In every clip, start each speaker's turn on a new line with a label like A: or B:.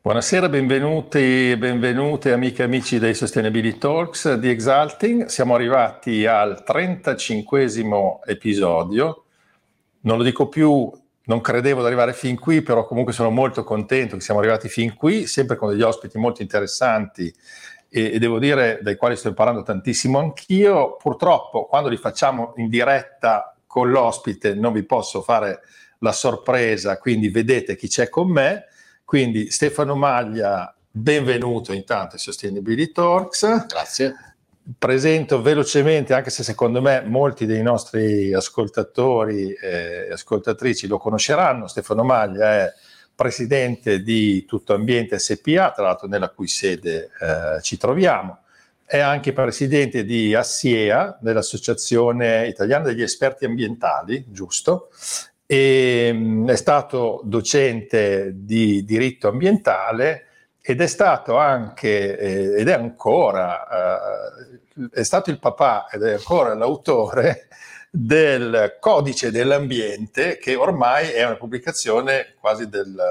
A: Buonasera, benvenuti e benvenute amiche e amici dei Sustainability Talks di Exalting. Siamo arrivati al 35esimo episodio. Non lo dico più, non credevo di arrivare fin qui, però comunque sono molto contento che siamo arrivati fin qui, sempre con degli ospiti molto interessanti e devo dire dai quali sto imparando tantissimo anch'io. Purtroppo quando li facciamo in diretta con l'ospite non vi posso fare la sorpresa, quindi vedete chi c'è con me. Quindi Stefano Maglia, benvenuto intanto ai Sustainability Talks.
B: Grazie.
A: Presento velocemente, anche se secondo me molti dei nostri ascoltatori e ascoltatrici lo conosceranno. Stefano Maglia è presidente di Tutto Ambiente SPA, tra l'altro nella cui sede ci troviamo. È anche presidente di ASSIEA, dell'Associazione Italiana degli Esperti Ambientali, giusto? E è stato docente di diritto ambientale ed è stato anche, ed è ancora, è stato il papà ed è ancora l'autore del Codice dell'Ambiente, che ormai è una pubblicazione quasi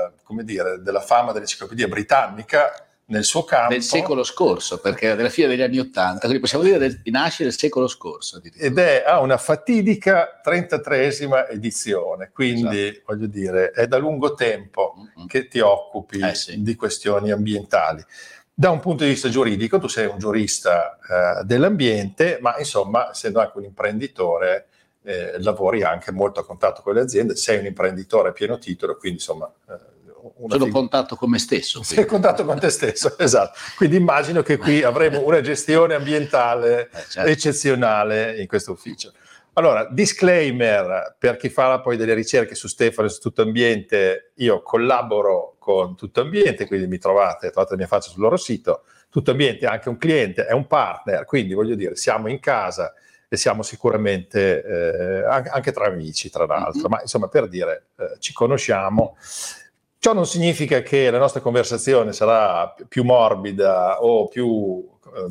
A: della fama dell'enciclopedia britannica nel suo campo.
B: Del secolo scorso, perché è della fine degli anni '80, quindi possiamo dire di nascere del secolo scorso.
A: Ed è a una fatidica 33esima edizione, quindi esatto. Voglio dire, è da lungo tempo che ti occupi di questioni ambientali. Da un punto di vista giuridico, tu sei un giurista dell'ambiente, ma insomma, essendo anche un imprenditore, lavori anche molto a contatto con le aziende, sei un imprenditore a pieno titolo, quindi insomma...
B: Sono contatto con me stesso.
A: Sei contatto con te stesso, esatto. Quindi immagino che qui avremo una gestione ambientale certo. Eccezionale in questo ufficio. Allora, disclaimer per chi fa poi delle ricerche su Stefano e su Tutto Ambiente, io collaboro con Tutto Ambiente, quindi mi trovate la mia faccia sul loro sito. Tutto Ambiente è anche un cliente, è un partner, quindi voglio dire, siamo in casa e siamo sicuramente anche tra amici, tra l'altro, ma insomma per dire, ci conosciamo. Ciò non significa che la nostra conversazione sarà più morbida o più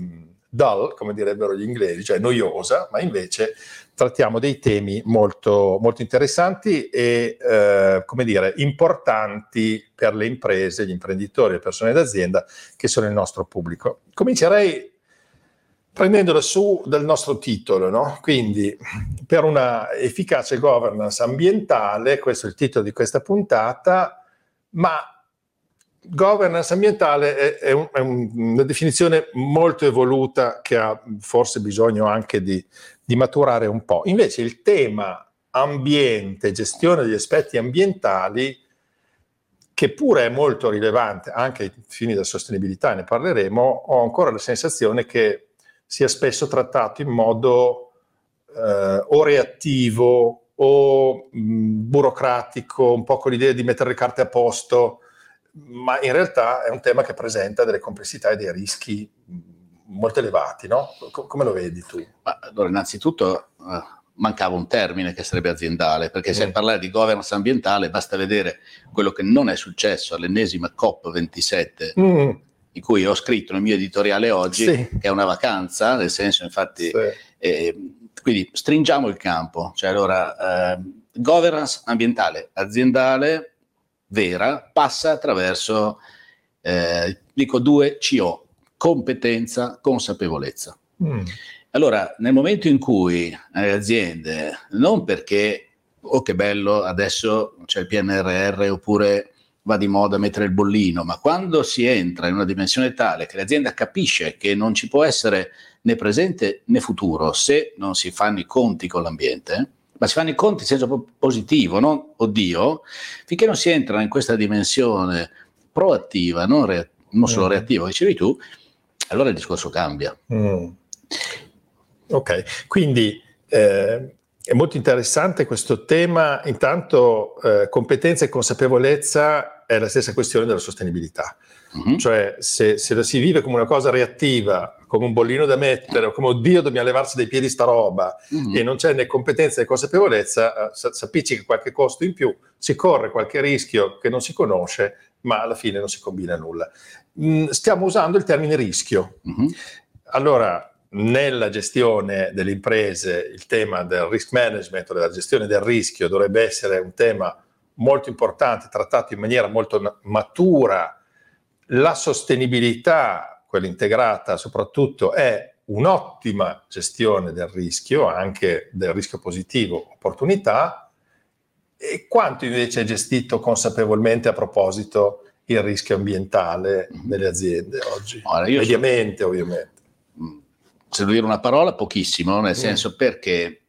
A: dull, come direbbero gli inglesi, cioè noiosa, ma invece trattiamo dei temi molto, molto interessanti e, come dire, importanti per le imprese, gli imprenditori, le persone d'azienda che sono il nostro pubblico. Comincerei prendendolo su dal nostro titolo, no? Quindi per una efficace governance ambientale, questo è il titolo di questa puntata. Ma governance ambientale è una definizione molto evoluta che ha forse bisogno anche di maturare un po'. Invece il tema ambiente, gestione degli aspetti ambientali, che pure è molto rilevante anche ai fini della sostenibilità, ne parleremo, ho ancora la sensazione che sia spesso trattato in modo o reattivo o burocratico, un po' con l'idea di mettere le carte a posto, ma in realtà è un tema che presenta delle complessità e dei rischi molto elevati, no? Come lo vedi tu?
B: Allora, innanzitutto mancava un termine che sarebbe aziendale, perché se parlare di governance ambientale basta vedere quello che non è successo all'ennesima COP27, in cui ho scritto nel mio editoriale oggi che è una vacanza, nel senso infatti... quindi stringiamo il campo, cioè allora governance ambientale aziendale vera passa attraverso dico 2 CO, competenza, consapevolezza. Allora nel momento in cui le aziende, non perché che bello adesso c'è il PNRR oppure va di moda mettere il bollino, ma quando si entra in una dimensione tale che l'azienda capisce che non ci può essere né presente né futuro se non si fanno i conti con l'ambiente, ma si fanno i conti in senso positivo, non oddio, finché non si entra in questa dimensione proattiva, non solo reattiva, dicevi tu, allora il discorso cambia.
A: Ok, quindi è molto interessante questo tema. Intanto competenza e consapevolezza è la stessa questione della sostenibilità. Cioè se la si vive come una cosa reattiva, come un bollino da mettere, o come oddio dobbiamo levarsi dai piedi sta roba, e non c'è né competenza né consapevolezza, s'appiccica qualche costo in più, si corre qualche rischio che non si conosce, ma alla fine non si combina nulla. Stiamo usando il termine rischio. Allora, nella gestione delle imprese il tema del risk management o della gestione del rischio dovrebbe essere un tema molto importante, trattato in maniera molto matura la sostenibilità, quella integrata soprattutto, è un'ottima gestione del rischio, anche del rischio positivo, opportunità, e quanto invece è gestito consapevolmente a proposito il rischio ambientale nelle aziende oggi? Ora, mediamente, ovviamente.
B: Se devo dire una parola, pochissimo, nel senso perché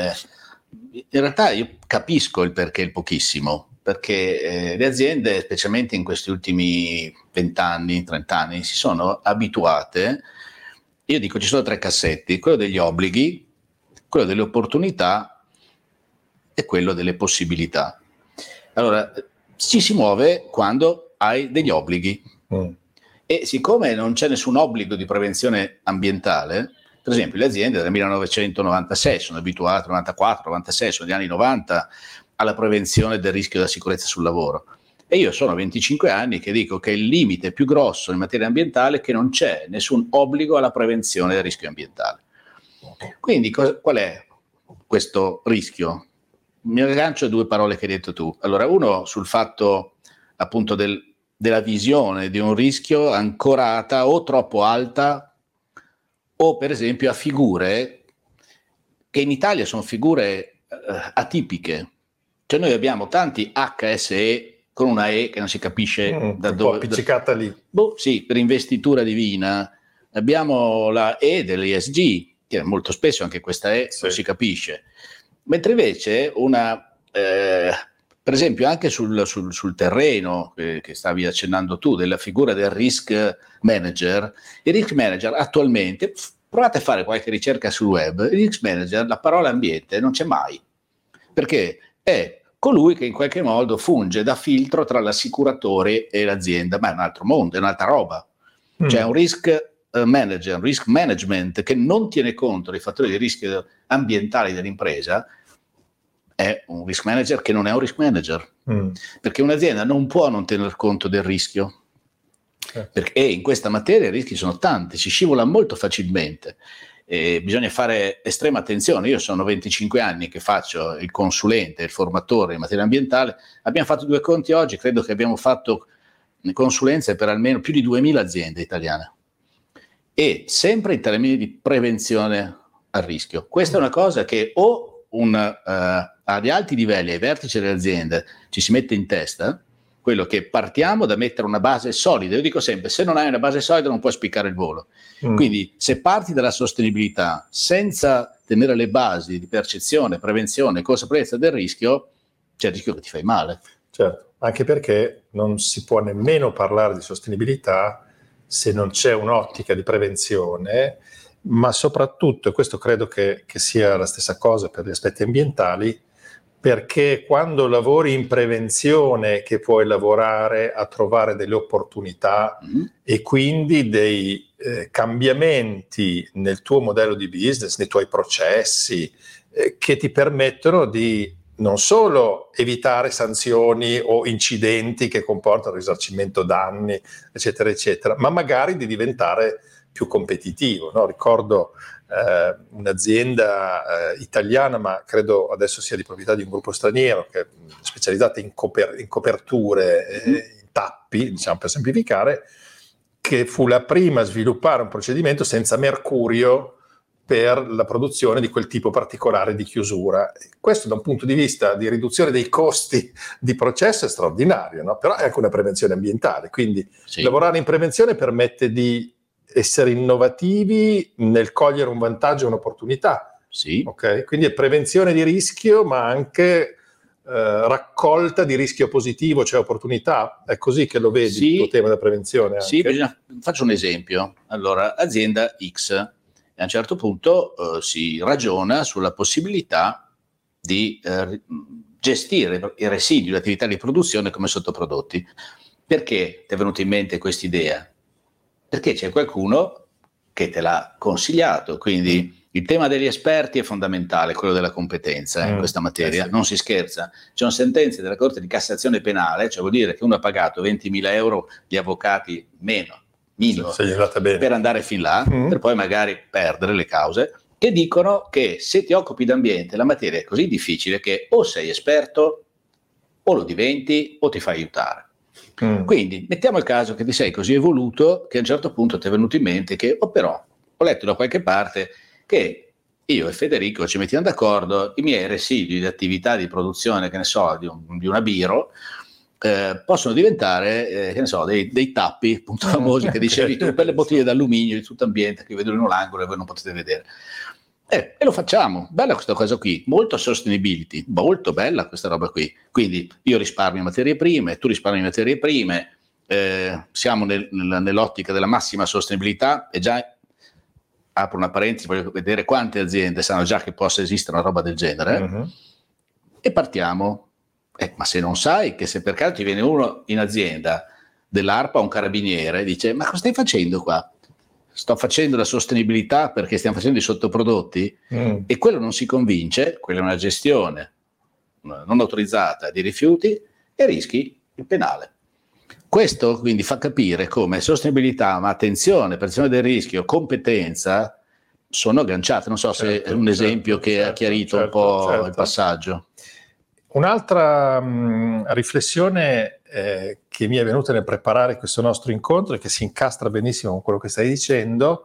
B: in realtà io capisco il perché il pochissimo, perché le aziende, specialmente in questi ultimi 20 anni, 30 anni, si sono abituate. Io dico ci sono 3 cassetti: quello degli obblighi, quello delle opportunità e quello delle possibilità. Allora, ci si muove quando hai degli obblighi. E siccome non c'è nessun obbligo di prevenzione ambientale, per esempio le aziende dal 1996 sono abituate, 94, 96, sono gli anni 90, alla prevenzione del rischio della sicurezza sul lavoro. E io sono 25 anni che dico che il limite più grosso in materia ambientale è che non c'è nessun obbligo alla prevenzione del rischio ambientale. Quindi qual è questo rischio? Mi aggancio a 2 parole che hai detto tu. Allora, uno sul fatto appunto della visione di un rischio ancorata o troppo alta o per esempio a figure che in Italia sono figure atipiche. Cioè noi abbiamo tanti HSE con una E che non si capisce da dove.
A: Un po' appiccicata lì.
B: Sì, per investitura divina. Abbiamo la E dell'ESG, che molto spesso anche questa E non si capisce. Mentre invece per esempio anche sul terreno che stavi accennando tu, della figura del risk manager, il risk manager attualmente, provate a fare qualche ricerca sul web, il risk manager, la parola ambiente non c'è mai, perché è colui che in qualche modo funge da filtro tra l'assicuratore e l'azienda, ma è un altro mondo, è un'altra roba. C'è un risk manager, un risk management che non tiene conto dei fattori di rischio ambientali dell'impresa, è un risk manager che non è un risk manager, perché un'azienda non può non tener conto del rischio, perché in questa materia i rischi sono tanti, si scivola molto facilmente. Bisogna fare estrema attenzione. Io sono 25 anni che faccio il consulente, il formatore in materia ambientale. Abbiamo fatto 2 conti oggi, credo che abbiamo fatto consulenze per almeno più di 2000 aziende italiane, e sempre in termini di prevenzione al rischio. Questa è una cosa che o agli alti livelli, ai vertici delle aziende, ci si mette in testa, quello che partiamo da mettere una base solida. Io dico sempre, se non hai una base solida non puoi spiccare il volo. Quindi se parti dalla sostenibilità senza tenere le basi di percezione, prevenzione e consapevolezza del rischio, c'è il rischio che ti fai male.
A: Certo, anche perché non si può nemmeno parlare di sostenibilità se non c'è un'ottica di prevenzione, ma soprattutto, e questo credo che sia la stessa cosa per gli aspetti ambientali, perché quando lavori in prevenzione che puoi lavorare a trovare delle opportunità e quindi dei cambiamenti nel tuo modello di business, nei tuoi processi, che ti permettono di non solo evitare sanzioni o incidenti che comportano risarcimento danni, eccetera, eccetera, ma magari di diventare più competitivo, no? Ricordo un'azienda italiana, ma credo adesso sia di proprietà di un gruppo straniero, che è specializzata in coperture, in tappi, diciamo per semplificare, che fu la prima a sviluppare un procedimento senza mercurio per la produzione di quel tipo particolare di chiusura. Questo da un punto di vista di riduzione dei costi di processo è straordinario, no? Però è anche una prevenzione ambientale, quindi lavorare in prevenzione permette di essere innovativi nel cogliere un vantaggio e un'opportunità. Okay? Quindi è prevenzione di rischio, ma anche raccolta di rischio positivo, cioè opportunità. È così che lo vedi il tuo tema della prevenzione? Anche?
B: Faccio un esempio. Allora, azienda X, e a un certo punto si ragiona sulla possibilità di gestire i residui dell'attività di produzione come sottoprodotti. Perché ti è venuta in mente questa idea? Perché c'è qualcuno che te l'ha consigliato, quindi il tema degli esperti è fondamentale, quello della competenza in questa materia, non si scherza. Ci sono sentenze della Corte di Cassazione Penale, cioè vuol dire che uno ha pagato 20.000 euro di avvocati minimo, per andare fin là, per poi magari perdere le cause, che dicono che se ti occupi d'ambiente la materia è così difficile che o sei esperto, o lo diventi, o ti fai aiutare. Quindi mettiamo il caso che ti sei così evoluto che a un certo punto ti è venuto in mente che, però, ho letto da qualche parte che io e Federico ci mettiamo d'accordo, i miei residui di attività di produzione, che ne so, di una biro, possono diventare, che ne so, dei tappi, appunto famosi, che dicevi tu, per le bottiglie d'alluminio di tutto ambiente che vedo in un angolo e voi non potete vedere. E lo facciamo, bella questa cosa qui, molto sustainability, molto bella questa roba qui. Quindi io risparmio materie prime, tu risparmi materie prime, siamo nell'ottica della massima sostenibilità e già apro una parentesi, voglio vedere quante aziende sanno già che possa esistere una roba del genere e partiamo. Ma se non sai che se per caso ti viene uno in azienda dell'ARPA, un carabiniere, dice ma cosa stai facendo qua? Sto facendo la sostenibilità perché stiamo facendo i sottoprodotti e quello non si convince, quella è una gestione non autorizzata di rifiuti e rischi il penale. Questo quindi fa capire come sostenibilità, ma attenzione, percezione del rischio, competenza sono agganciate. Non so se è un esempio che ha chiarito un po' il passaggio.
A: Un'altra riflessione che mi è venuta nel preparare questo nostro incontro e che si incastra benissimo con quello che stai dicendo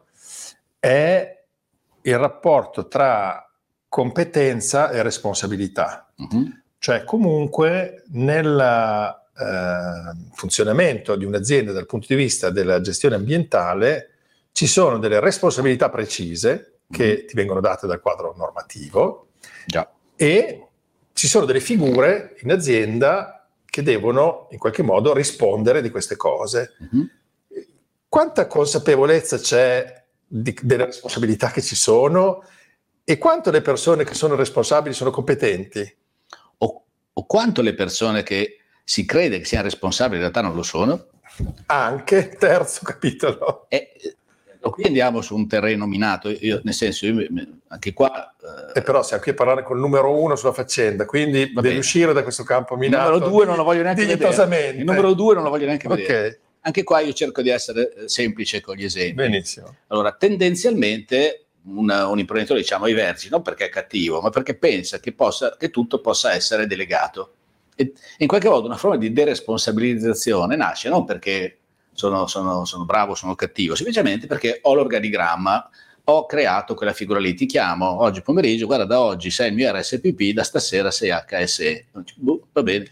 A: è il rapporto tra competenza e responsabilità. Cioè comunque nel funzionamento di un'azienda dal punto di vista della gestione ambientale ci sono delle responsabilità precise che ti vengono date dal quadro normativo e ci sono delle figure in azienda che devono in qualche modo rispondere di queste cose. Quanta consapevolezza c'è delle responsabilità che ci sono e quanto le persone che sono responsabili sono competenti?
B: O quanto le persone che si crede che siano responsabili in realtà non lo sono?
A: Anche, terzo capitolo.
B: Qui andiamo su un terreno minato, nel senso, anche qua...
A: però siamo qui a parlare col numero 1 sulla faccenda, quindi devi uscire da questo campo minato.
B: Il numero 2 non lo voglio neanche vedere. Il numero 2 non lo voglio neanche vedere. Anche qua io cerco di essere semplice con gli esempi.
A: Benissimo.
B: Allora, tendenzialmente un imprenditore, diciamo, ai vertici, non perché è cattivo, ma perché pensa che tutto possa essere delegato. E in qualche modo una forma di deresponsabilizzazione nasce non perché sono bravo, sono cattivo, semplicemente perché ho l'organigramma, ho creato quella figura lì, ti chiamo oggi pomeriggio, guarda, da oggi sei il mio RSPP, da stasera sei HSE. Va bene.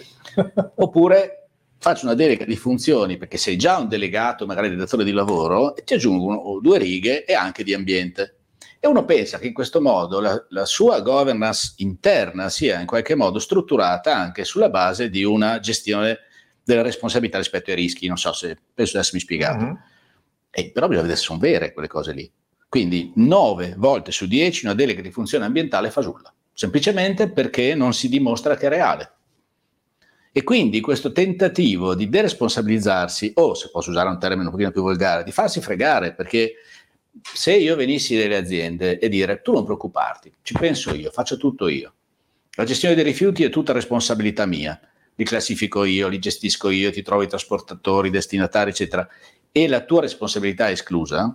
B: Oppure faccio una delega di funzioni perché sei già un delegato, magari di datore di lavoro, e ti aggiungo 2 righe e anche di ambiente. E uno pensa che in questo modo la sua governance interna sia in qualche modo strutturata anche sulla base di una gestione della responsabilità rispetto ai rischi. Non so se penso di essermi spiegato. Però bisogna vedere se sono vere quelle cose lì. Quindi 9 volte su 10 una delega di funzione ambientale fasulla, semplicemente perché non si dimostra che è reale. E quindi questo tentativo di deresponsabilizzarsi, o se posso usare un termine un pochino più volgare, di farsi fregare, perché se io venissi dalle aziende e dire tu non preoccuparti, ci penso io, faccio tutto io, la gestione dei rifiuti è tutta responsabilità mia, li classifico io, li gestisco io, ti trovo i trasportatori, i destinatari, eccetera, e la tua responsabilità è esclusa,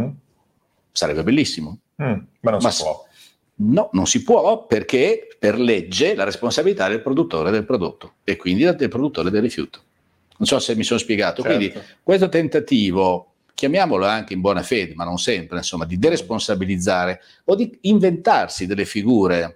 B: sarebbe bellissimo.
A: Ma non si può.
B: No, non si può perché per legge la responsabilità è del produttore del prodotto e quindi del produttore del rifiuto. Non so se mi sono spiegato. Certo. Quindi questo tentativo, chiamiamolo anche in buona fede, ma non sempre, insomma, di deresponsabilizzare o di inventarsi delle figure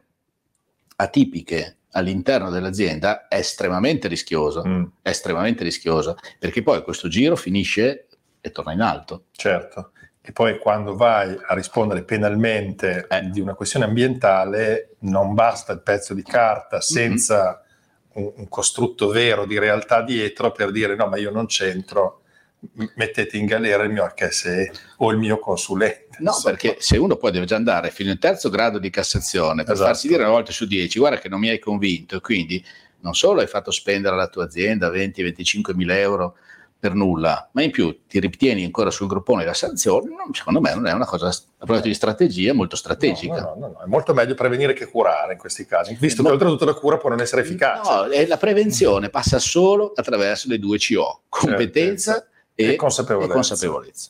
B: atipiche all'interno dell'azienda è estremamente rischioso. È estremamente rischioso, perché poi questo giro finisce e torna in alto.
A: Certo. E poi quando vai a rispondere penalmente di una questione ambientale non basta il pezzo di carta senza un costrutto vero di realtà dietro per dire no, ma io non c'entro, mettete in galera il mio HSE o il mio consulente.
B: No, insomma. Perché se uno poi deve già andare fino in terzo grado di Cassazione per farsi dire una volta su 10 guarda che non mi hai convinto, e quindi non solo hai fatto spendere alla tua azienda 20-25 mila euro per nulla, ma in più ti ritieni ancora sul groppone la sanzione, secondo me non è una cosa, a proposito di strategia, molto strategica.
A: No, è molto meglio prevenire che curare in questi casi, visto che oltretutto la cura può non essere efficace.
B: No, la prevenzione passa solo attraverso le 2 CO, competenza e consapevolezza.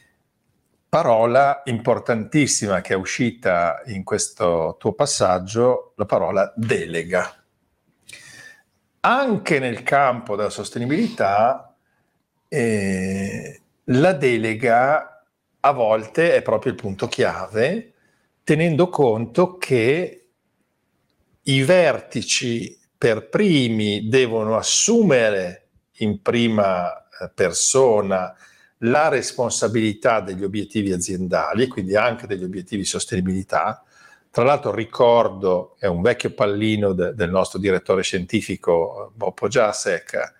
A: Parola importantissima che è uscita in questo tuo passaggio, la parola delega. anche nel campo della sostenibilità la delega a volte è proprio il punto chiave, tenendo conto che i vertici per primi devono assumere in prima persona la responsabilità degli obiettivi aziendali, quindi anche degli obiettivi di sostenibilità. Tra l'altro ricordo, è un vecchio pallino del nostro direttore scientifico Bob Podjacek,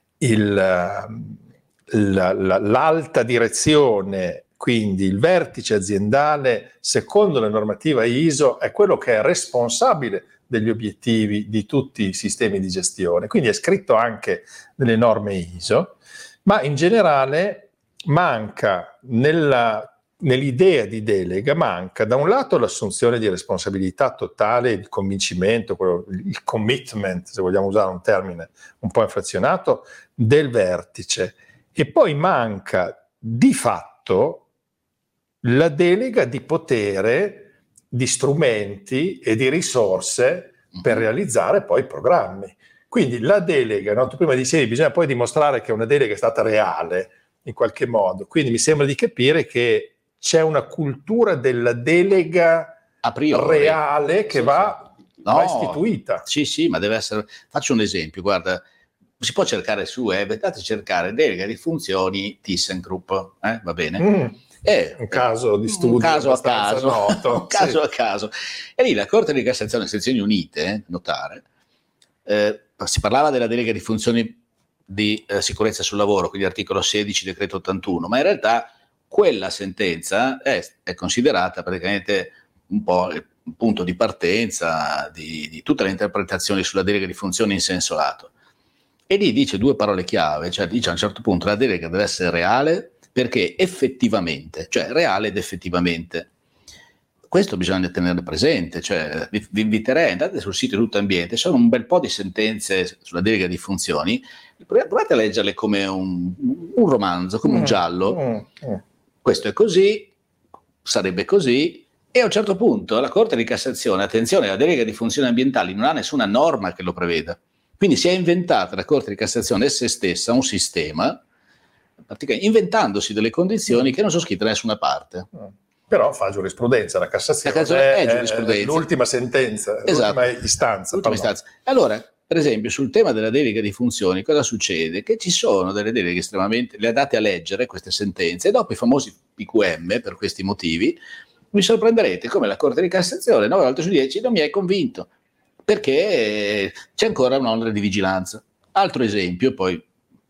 A: l'alta direzione, quindi il vertice aziendale, secondo la normativa ISO, è quello che è responsabile degli obiettivi di tutti i sistemi di gestione, quindi è scritto anche nelle norme ISO, ma in generale manca nell'idea di delega, manca da un lato l'assunzione di responsabilità totale, il convincimento, il commitment, se vogliamo usare un termine un po' inflazionato, del vertice, e poi manca di fatto la delega di potere, di strumenti e di risorse per realizzare poi programmi. Quindi la delega, no? Tu prima dicevi, bisogna poi dimostrare che una delega è stata reale in qualche modo, quindi mi sembra di capire che c'è una cultura della delega
B: a priori
A: reale che va istituita.
B: Sì, ma deve essere. Faccio un esempio, guarda, si può cercare su web, andate a cercare delega di funzioni ThyssenKrupp, va bene?
A: È un caso di studio,
B: un caso a caso,
A: noto.
B: Un caso a caso. E lì la Corte di Cassazione, sezioni unite, notare, si parlava della delega di funzioni di sicurezza sul lavoro, quindi articolo 16, decreto 81, ma in realtà quella sentenza è considerata praticamente un po' il punto di partenza di tutta l'interpretazione sulla delega di funzioni in senso lato. E lì dice due parole chiave, cioè dice a un certo punto la delega deve essere reale, perché effettivamente, cioè reale ed effettivamente. Questo bisogna tenere presente, cioè vi inviterei, andate sul sito di Tutto Ambiente, sono un bel po' di sentenze sulla delega di funzioni, provate a leggerle come un romanzo, come un giallo. Questo è così, sarebbe così, e a un certo punto la Corte di Cassazione, attenzione, la delega di funzioni ambientali non ha nessuna norma che lo preveda, quindi si è inventata la Corte di Cassazione se stessa un sistema, inventandosi delle condizioni che non sono scritte da nessuna parte.
A: Però fa giurisprudenza, la Cassazione
B: è giurisprudenza.
A: L'ultima sentenza,
B: esatto.
A: l'ultima istanza.
B: Allora, per esempio, sul tema della delega di funzioni, cosa succede? Che ci sono delle deleghe estremamente, le andate a leggere queste sentenze, e dopo i famosi PQM, per questi motivi, vi sorprenderete come la Corte di Cassazione 9 volte su 10 non mi hai convinto, perché c'è ancora un'onere di vigilanza. Altro esempio, poi...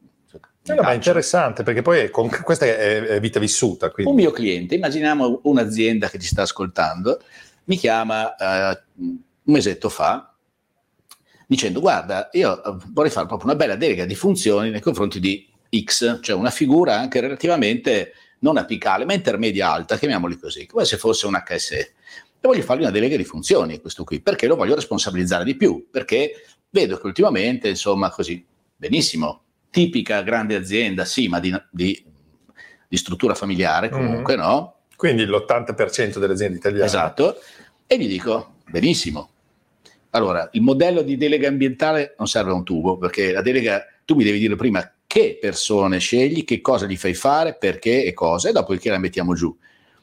A: ma è interessante, perché poi questa è vita vissuta. Quindi.
B: Un mio cliente, immaginiamo un'azienda che ci sta ascoltando, mi chiama un mesetto fa dicendo: guarda, io vorrei fare proprio una bella delega di funzioni nei confronti di X, cioè una figura anche relativamente non apicale ma intermedia alta, chiamiamoli così, come se fosse un HSE, e voglio fargli una delega di funzioni, questo qui, perché lo voglio responsabilizzare di più, perché vedo che ultimamente, insomma, così, benissimo, tipica grande azienda, sì, ma di struttura familiare comunque, no?
A: Quindi l'80% delle aziende italiane.
B: Esatto. E gli dico, benissimo. Allora, il modello di delega ambientale non serve a un tubo, perché la delega, tu mi devi dire prima che persone scegli, che cosa gli fai fare, perché e cosa, e dopodiché la mettiamo giù.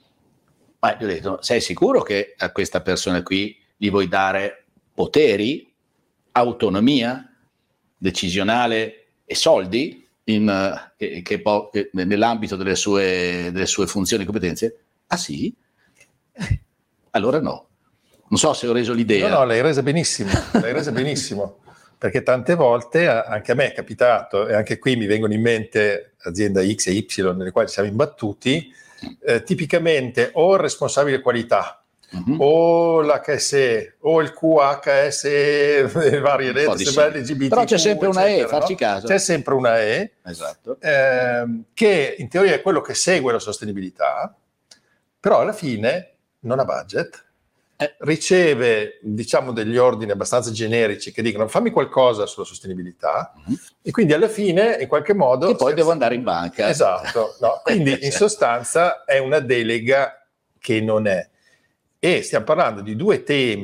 B: Ma gli ho detto, sei sicuro che a questa persona qui gli vuoi dare poteri, autonomia decisionale e soldi nell'ambito delle sue funzioni e competenze? Ah sì? Allora no. Non so se ho reso l'idea.
A: No, l'hai resa benissimo, perché tante volte, anche a me è capitato, e anche qui mi vengono in mente azienda X e Y nelle quali siamo imbattuti, tipicamente o il responsabile qualità, o l'HSE, o il QHSE, le varie lettere, LGBT,
B: però c'è sempre una
A: eccetera,
B: E, farci caso.
A: C'è sempre una E,
B: esatto.
A: Che in teoria è quello che segue la sostenibilità, però alla fine non ha budget, riceve, diciamo, degli ordini abbastanza generici che dicono fammi qualcosa sulla sostenibilità, e quindi alla fine in qualche modo...
B: E poi devo andare in banca.
A: Esatto, no? Quindi in sostanza è una delega che non è. E stiamo parlando di due temi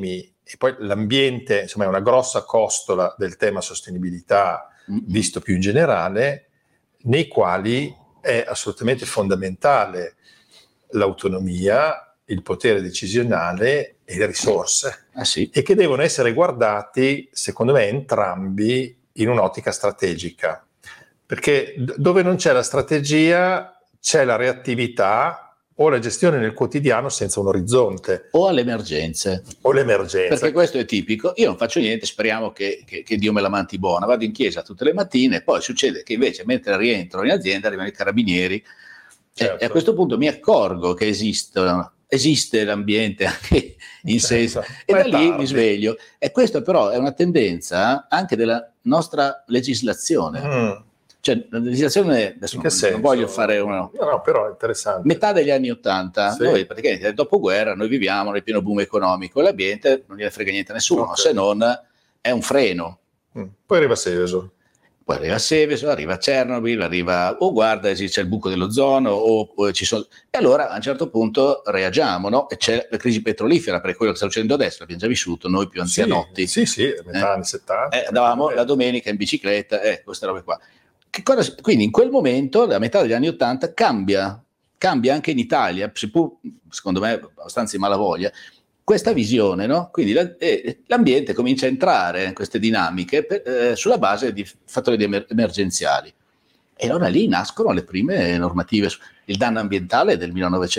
A: e poi l'ambiente, insomma, è una grossa costola del tema sostenibilità visto più in generale, nei quali è assolutamente fondamentale l'autonomia, il potere decisionale e le risorse,
B: sì.
A: e che devono essere guardati, secondo me, entrambi in un'ottica strategica, perché dove non c'è la strategia c'è la reattività o la gestione nel quotidiano senza un orizzonte.
B: O alle emergenze. Perché questo è tipico. Io non faccio niente, speriamo che Dio me la manti buona. Vado in chiesa tutte le mattine, poi succede che invece mentre rientro in azienda arrivano i carabinieri. Certo. E a questo punto mi accorgo che esiste l'ambiente anche in senso. E da lì mi sveglio. E questa però è una tendenza anche della nostra legislazione. Cioè, la legislazione, adesso non voglio fare una...
A: No, però è interessante.
B: Metà degli anni '80, noi praticamente nel dopoguerra, noi viviamo nel pieno boom economico, e l'ambiente non gliene frega niente a nessuno, se non è un freno.
A: Poi arriva Seveso.
B: Arriva Chernobyl, arriva, guarda, esiste il buco dell'ozono, o ci sono... E allora a un certo punto reagiamo, no? E c'è la crisi petrolifera, perché quello che sta succedendo adesso l'abbiamo già vissuto, noi più anzianotti.
A: Sì, metà anni 70.
B: Andavamo la domenica in bicicletta, queste robe qua. Quindi in quel momento, la metà degli anni '80, cambia anche in Italia, seppur secondo me abbastanza in malavoglia, questa visione, no? Quindi l'ambiente comincia a entrare in queste dinamiche sulla base di fattori emergenziali. E allora lì nascono le prime normative. Il danno ambientale del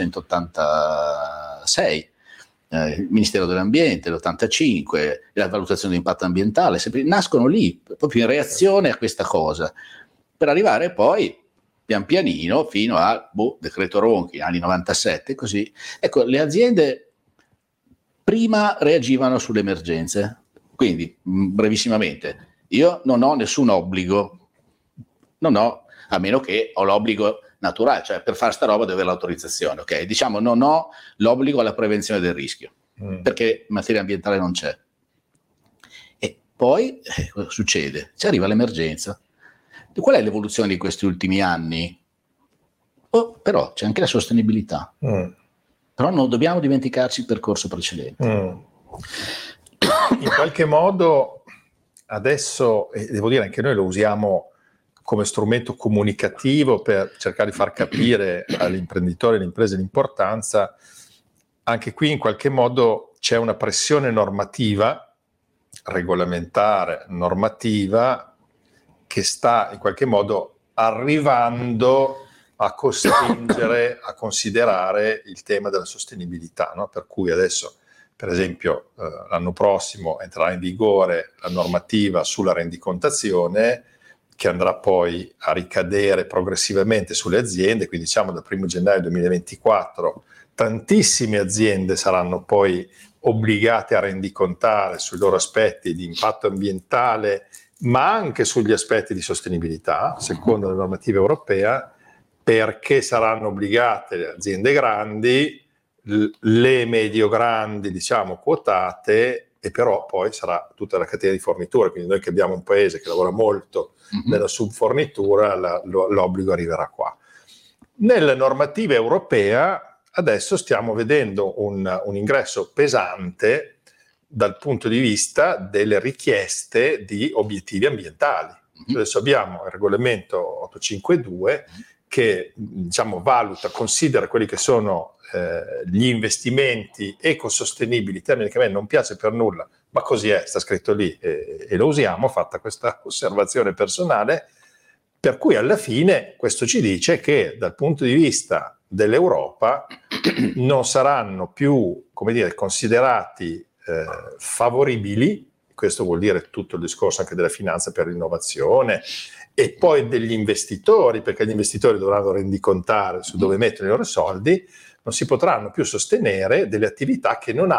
B: 1986, il Ministero dell'Ambiente, l'85, la valutazione di impatto ambientale, nascono lì, proprio in reazione a questa cosa, per arrivare poi pian pianino fino al decreto Ronchi, anni 97, così. Ecco, le aziende prima reagivano sulle emergenze, quindi brevissimamente, io non ho nessun obbligo, a meno che ho l'obbligo naturale, cioè per fare sta roba devo avere l'autorizzazione, ok? Diciamo non ho l'obbligo alla prevenzione del rischio, perché in materia ambientale non c'è. E poi cosa succede? Ci arriva l'emergenza. Qual è l'evoluzione di questi ultimi anni? Però c'è anche la sostenibilità. Però non dobbiamo dimenticarci il percorso precedente.
A: In qualche modo adesso, devo dire, anche noi lo usiamo come strumento comunicativo per cercare di far capire agli imprenditori e alle imprese l'importanza. Anche qui in qualche modo c'è una pressione normativa, regolamentare, normativa, che sta in qualche modo arrivando a costringere a considerare il tema della sostenibilità, no? Per cui adesso, per esempio, l'anno prossimo entrerà in vigore la normativa sulla rendicontazione, che andrà poi a ricadere progressivamente sulle aziende, quindi diciamo dal 1 gennaio 2024 tantissime aziende saranno poi obbligate a rendicontare sui loro aspetti di impatto ambientale, ma anche sugli aspetti di sostenibilità, secondo la normativa europea, perché saranno obbligate le aziende grandi, le medio-grandi, diciamo, quotate, e però poi sarà tutta la catena di forniture. Quindi noi che abbiamo un paese che lavora molto nella subfornitura, l'obbligo arriverà qua. Nella normativa europea adesso stiamo vedendo un ingresso pesante dal punto di vista delle richieste di obiettivi ambientali. Adesso abbiamo il regolamento 852 che, diciamo, considera quelli che sono gli investimenti ecosostenibili, termine che a me non piace per nulla, ma così è, sta scritto lì e lo usiamo, fatta questa osservazione personale, per cui alla fine questo ci dice che dal punto di vista dell'Europa non saranno più, come dire, considerati favoribili. Questo vuol dire tutto il discorso anche della finanza per l'innovazione e poi degli investitori, perché gli investitori dovranno rendicontare su dove mettono i loro soldi. Non si potranno più sostenere delle attività che non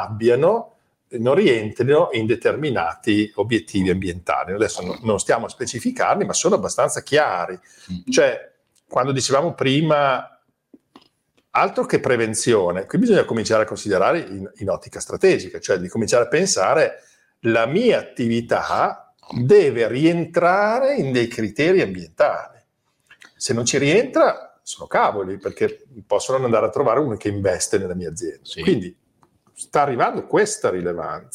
A: rientrino in determinati obiettivi ambientali. Adesso non stiamo a specificarli, ma sono abbastanza chiari. Cioè, quando dicevamo prima, altro che prevenzione, qui bisogna cominciare a considerare in ottica strategica, cioè di cominciare a pensare la mia attività deve rientrare in dei criteri ambientali. Se non ci rientra, sono cavoli, perché possono andare a trovare uno che investe nella mia azienda. Sì. Quindi sta arrivando questa rilevanza.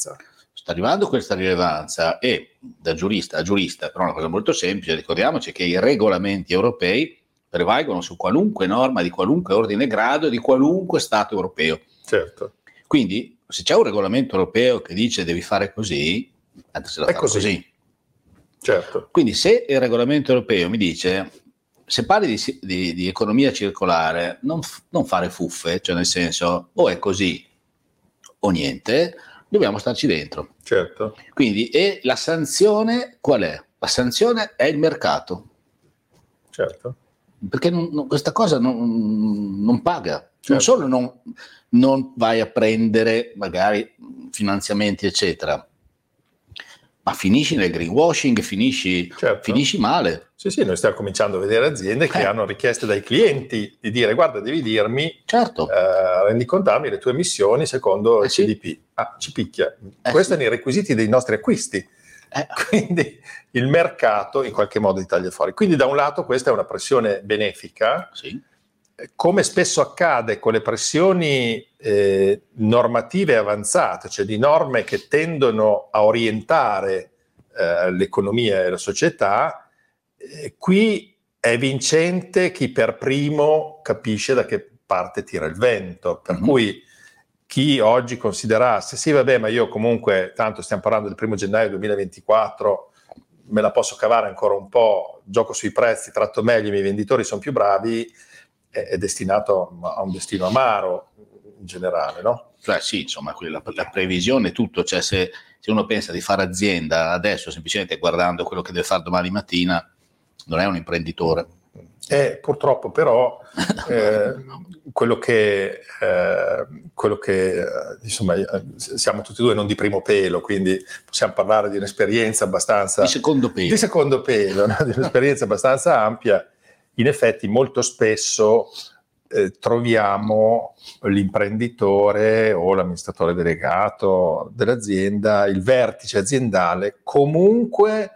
B: sta arrivando questa rilevanza e da giurista a giurista, però è una cosa molto semplice, ricordiamoci che i regolamenti europei prevalgono su qualunque norma di qualunque ordine e grado di qualunque Stato europeo.
A: Certo.
B: Quindi se c'è un regolamento europeo che dice devi fare così, se la fa così.
A: Certo.
B: Quindi se il regolamento europeo mi dice, se parli di economia circolare, non fare fuffe, cioè nel senso o è così o niente, dobbiamo starci dentro.
A: Certo.
B: Quindi, e la sanzione qual è? La sanzione è il mercato.
A: Certo.
B: Perché questa cosa non paga.
A: Certo.
B: Non solo non vai a prendere magari finanziamenti, eccetera, ma finisci nel greenwashing, finisci male.
A: Sì, noi stiamo cominciando a vedere aziende che hanno richieste dai clienti di dire guarda, devi dirmi, rendicontarmi le tue emissioni secondo il CDP. Sì. Ci picchia. Questo è nei requisiti dei nostri acquisti. Quindi il mercato in qualche modo ti taglia fuori. Quindi da un lato questa è una pressione benefica, come spesso accade con le pressioni normative avanzate, cioè di norme che tendono a orientare l'economia e la società. Qui è vincente chi per primo capisce da che parte tira il vento, per cui chi oggi considerasse sì vabbè ma io comunque tanto stiamo parlando del 1 gennaio 2024, me la posso cavare ancora un po', gioco sui prezzi, tratto meglio, i miei venditori sono più bravi, è destinato a un destino amaro in generale, no?
B: Cioè sì, insomma la previsione, tutto, cioè se uno pensa di fare azienda adesso semplicemente guardando quello che deve fare domani mattina, non è un imprenditore.
A: Purtroppo però quello che insomma siamo tutti e due non di primo pelo, quindi possiamo parlare di un'esperienza abbastanza
B: di secondo
A: pelo, no? Di un'esperienza abbastanza ampia. In effetti molto spesso troviamo l'imprenditore o l'amministratore delegato dell'azienda, il vertice aziendale comunque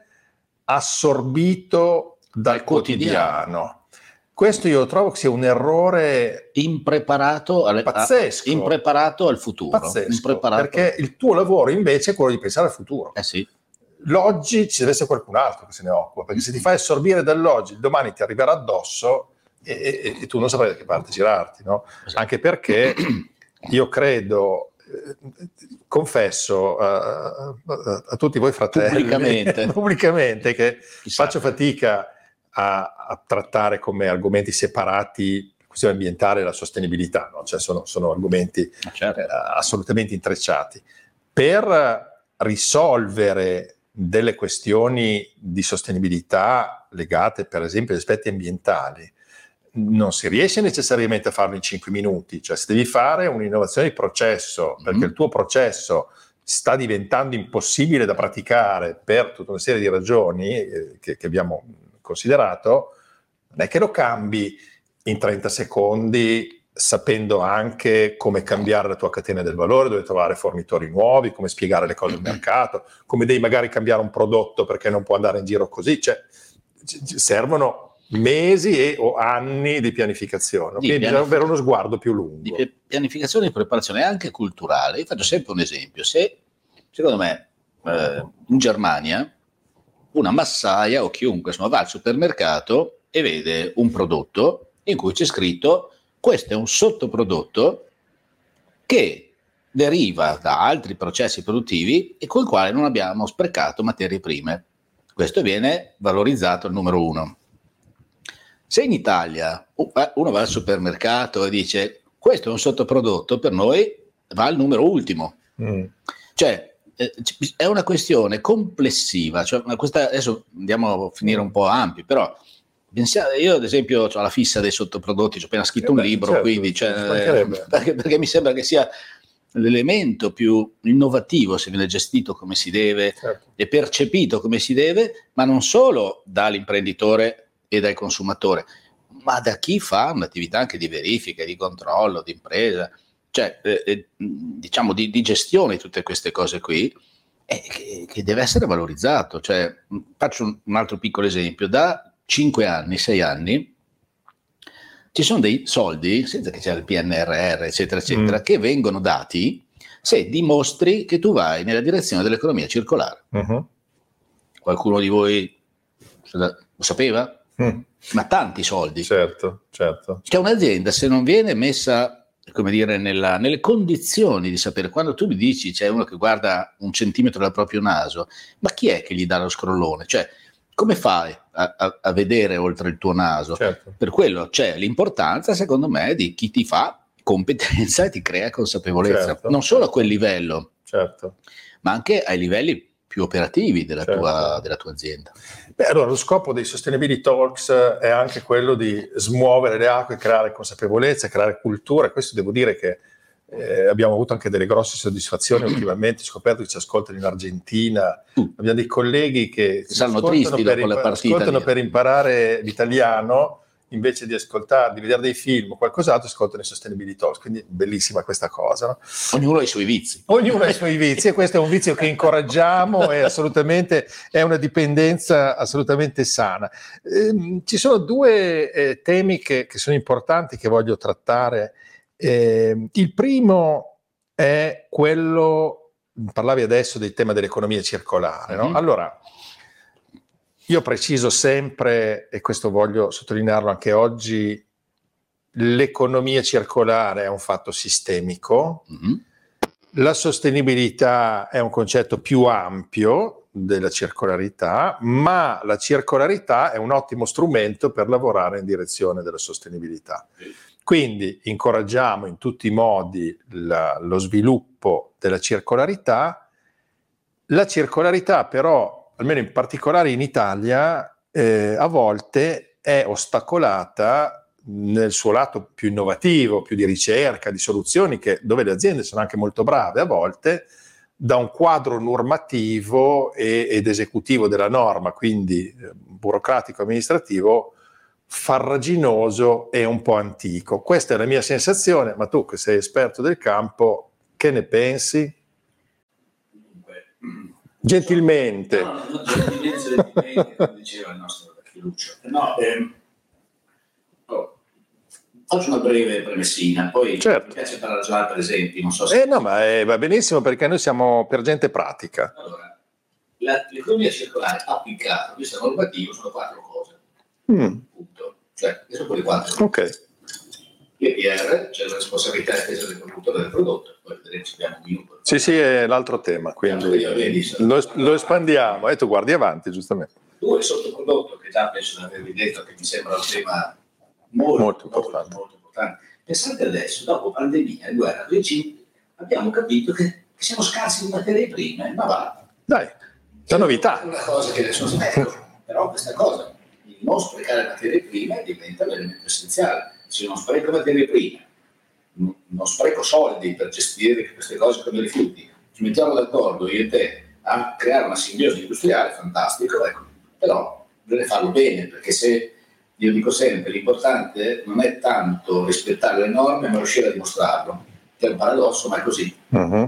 A: assorbito dal quotidiano. Questo io trovo che sia un errore pazzesco,
B: impreparato al futuro.
A: Pazzesco, perché il tuo lavoro invece è quello di pensare al futuro.
B: Sì.
A: L'oggi ci deve essere qualcun altro che se ne occupa, perché se ti fai assorbire dall'oggi, il domani ti arriverà addosso e tu non saprai da che parte girarti, no? Esatto. Anche perché io credo, confesso a tutti voi fratelli pubblicamente che faccio fatica a trattare come argomenti separati la questione ambientale e la sostenibilità, no? Cioè sono argomenti assolutamente intrecciati. Per risolvere delle questioni di sostenibilità legate per esempio agli aspetti ambientali non si riesce necessariamente a farlo in 5 minuti, cioè se devi fare un'innovazione di processo perché il tuo processo sta diventando impossibile da praticare per tutta una serie di ragioni che abbiamo considerato, non è che lo cambi in 30 secondi sapendo anche come cambiare la tua catena del valore, dove trovare fornitori nuovi, come spiegare le cose al mercato, come devi magari cambiare un prodotto perché non può andare in giro così, cioè servono mesi o anni di pianificazione, quindi bisogna avere uno sguardo più lungo.
B: Di pianificazione e preparazione anche culturale. Io faccio sempre un esempio, secondo me in Germania una massaia o chiunque va al supermercato e vede un prodotto in cui c'è scritto questo è un sottoprodotto che deriva da altri processi produttivi e col quale non abbiamo sprecato materie prime. Questo viene valorizzato al numero 1. Se in Italia uno va al supermercato e dice questo è un sottoprodotto, per noi va al numero ultimo. Cioè è una questione complessiva, cioè, adesso andiamo a finire un po' ampi, però io ad esempio ho la fissa dei sottoprodotti, ho appena scritto un libro, certo, quindi perché mi sembra che sia l'elemento più innovativo se viene gestito come si deve, certo, e percepito come si deve, ma non solo dall'imprenditore e dal consumatore, ma da chi fa un'attività anche di verifica, di controllo, di impresa, cioè diciamo di gestione di tutte queste cose qui, che deve essere valorizzato. Cioè, faccio un altro piccolo esempio: da 5 anni, 6 anni ci sono dei soldi, senza che sia il PNRR eccetera eccetera, che vengono dati se dimostri che tu vai nella direzione dell'economia circolare. Qualcuno di voi lo sapeva? Ma tanti soldi.
A: Certo.
B: C'è un'azienda, se non viene messa, come dire, nelle condizioni di sapere, quando tu mi dici c'è uno che guarda 1 centimetro dal proprio naso, ma chi è che gli dà lo scrollone? Cioè, come fai a vedere oltre il tuo naso?
A: Certo.
B: Per quello c'è l'importanza, secondo me, di chi ti fa competenza e ti crea consapevolezza,
A: certo,
B: non solo a quel livello,
A: certo,
B: ma anche ai livelli più operativi della tua azienda.
A: Beh, allora lo scopo dei Sustainability Talks è anche quello di smuovere le acque, creare consapevolezza, creare cultura. Questo devo dire che abbiamo avuto anche delle grosse soddisfazioni ultimamente, ho scoperto che ci ascoltano in Argentina, abbiamo dei colleghi che ci ascoltano per imparare l'italiano, invece di ascoltare, di vedere dei film o qualcos'altro, ascoltano i Sustainability Talks, quindi bellissima questa cosa, no?
B: Ognuno ha i suoi vizi.
A: Ognuno ha i suoi vizi, e questo è un vizio che incoraggiamo, e assolutamente è una dipendenza assolutamente sana. Ci sono 2 temi che sono importanti, che voglio trattare. Il primo è quello, parlavi adesso del tema dell'economia circolare, no? Allora, io preciso sempre, e questo voglio sottolinearlo anche oggi, l'economia circolare è un fatto sistemico, la sostenibilità è un concetto più ampio della circolarità, ma la circolarità è un ottimo strumento per lavorare in direzione della sostenibilità. Quindi incoraggiamo in tutti i modi lo sviluppo della circolarità. La circolarità però, almeno in particolare in Italia, a volte è ostacolata nel suo lato più innovativo, più di ricerca, di soluzioni, dove le aziende sono anche molto brave a volte, da un quadro normativo ed esecutivo della norma, quindi burocratico amministrativo, farraginoso e un po' antico. Questa è la mia sensazione, ma tu che sei esperto del campo, che ne pensi? Gentilmente.
C: No, gentilmente, come diceva il nostro Lucio. Faccio una breve premessina, poi
A: certo.
C: Mi piace ragionare per esempi, non so se...
A: No, ma va benissimo, perché noi siamo per gente pratica.
C: Allora, l'economia circolare applicata a questo normativo sono 4 cose. Punto. Cioè, sono quelle 4.
A: Ok.
C: PPR, cioè la responsabilità estesa del produttore del prodotto, poi vedremo se abbiamo un minuto.
A: Sì, è l'altro tema, quindi lo espandiamo, e tu guardi avanti, giustamente.
C: 2, sottoprodotto, che già penso di avervi detto, che mi sembra un tema molto importante. Pensate adesso, dopo pandemia e guerra, abbiamo capito che siamo scarsi di materie prime, ma va.
A: Dai, c'è novità.
C: È una cosa che adesso però questa cosa, il non sprecare materie prime diventa l'elemento essenziale. Se non spreco materie prime, non spreco soldi per gestire queste cose come rifiuti, ci mettiamo d'accordo io e te a creare una simbiosi industriale, fantastico, ecco. Però bisogna farlo bene, perché se, io dico sempre, l'importante non è tanto rispettare le norme, ma riuscire a dimostrarlo, che è un paradosso, ma è così.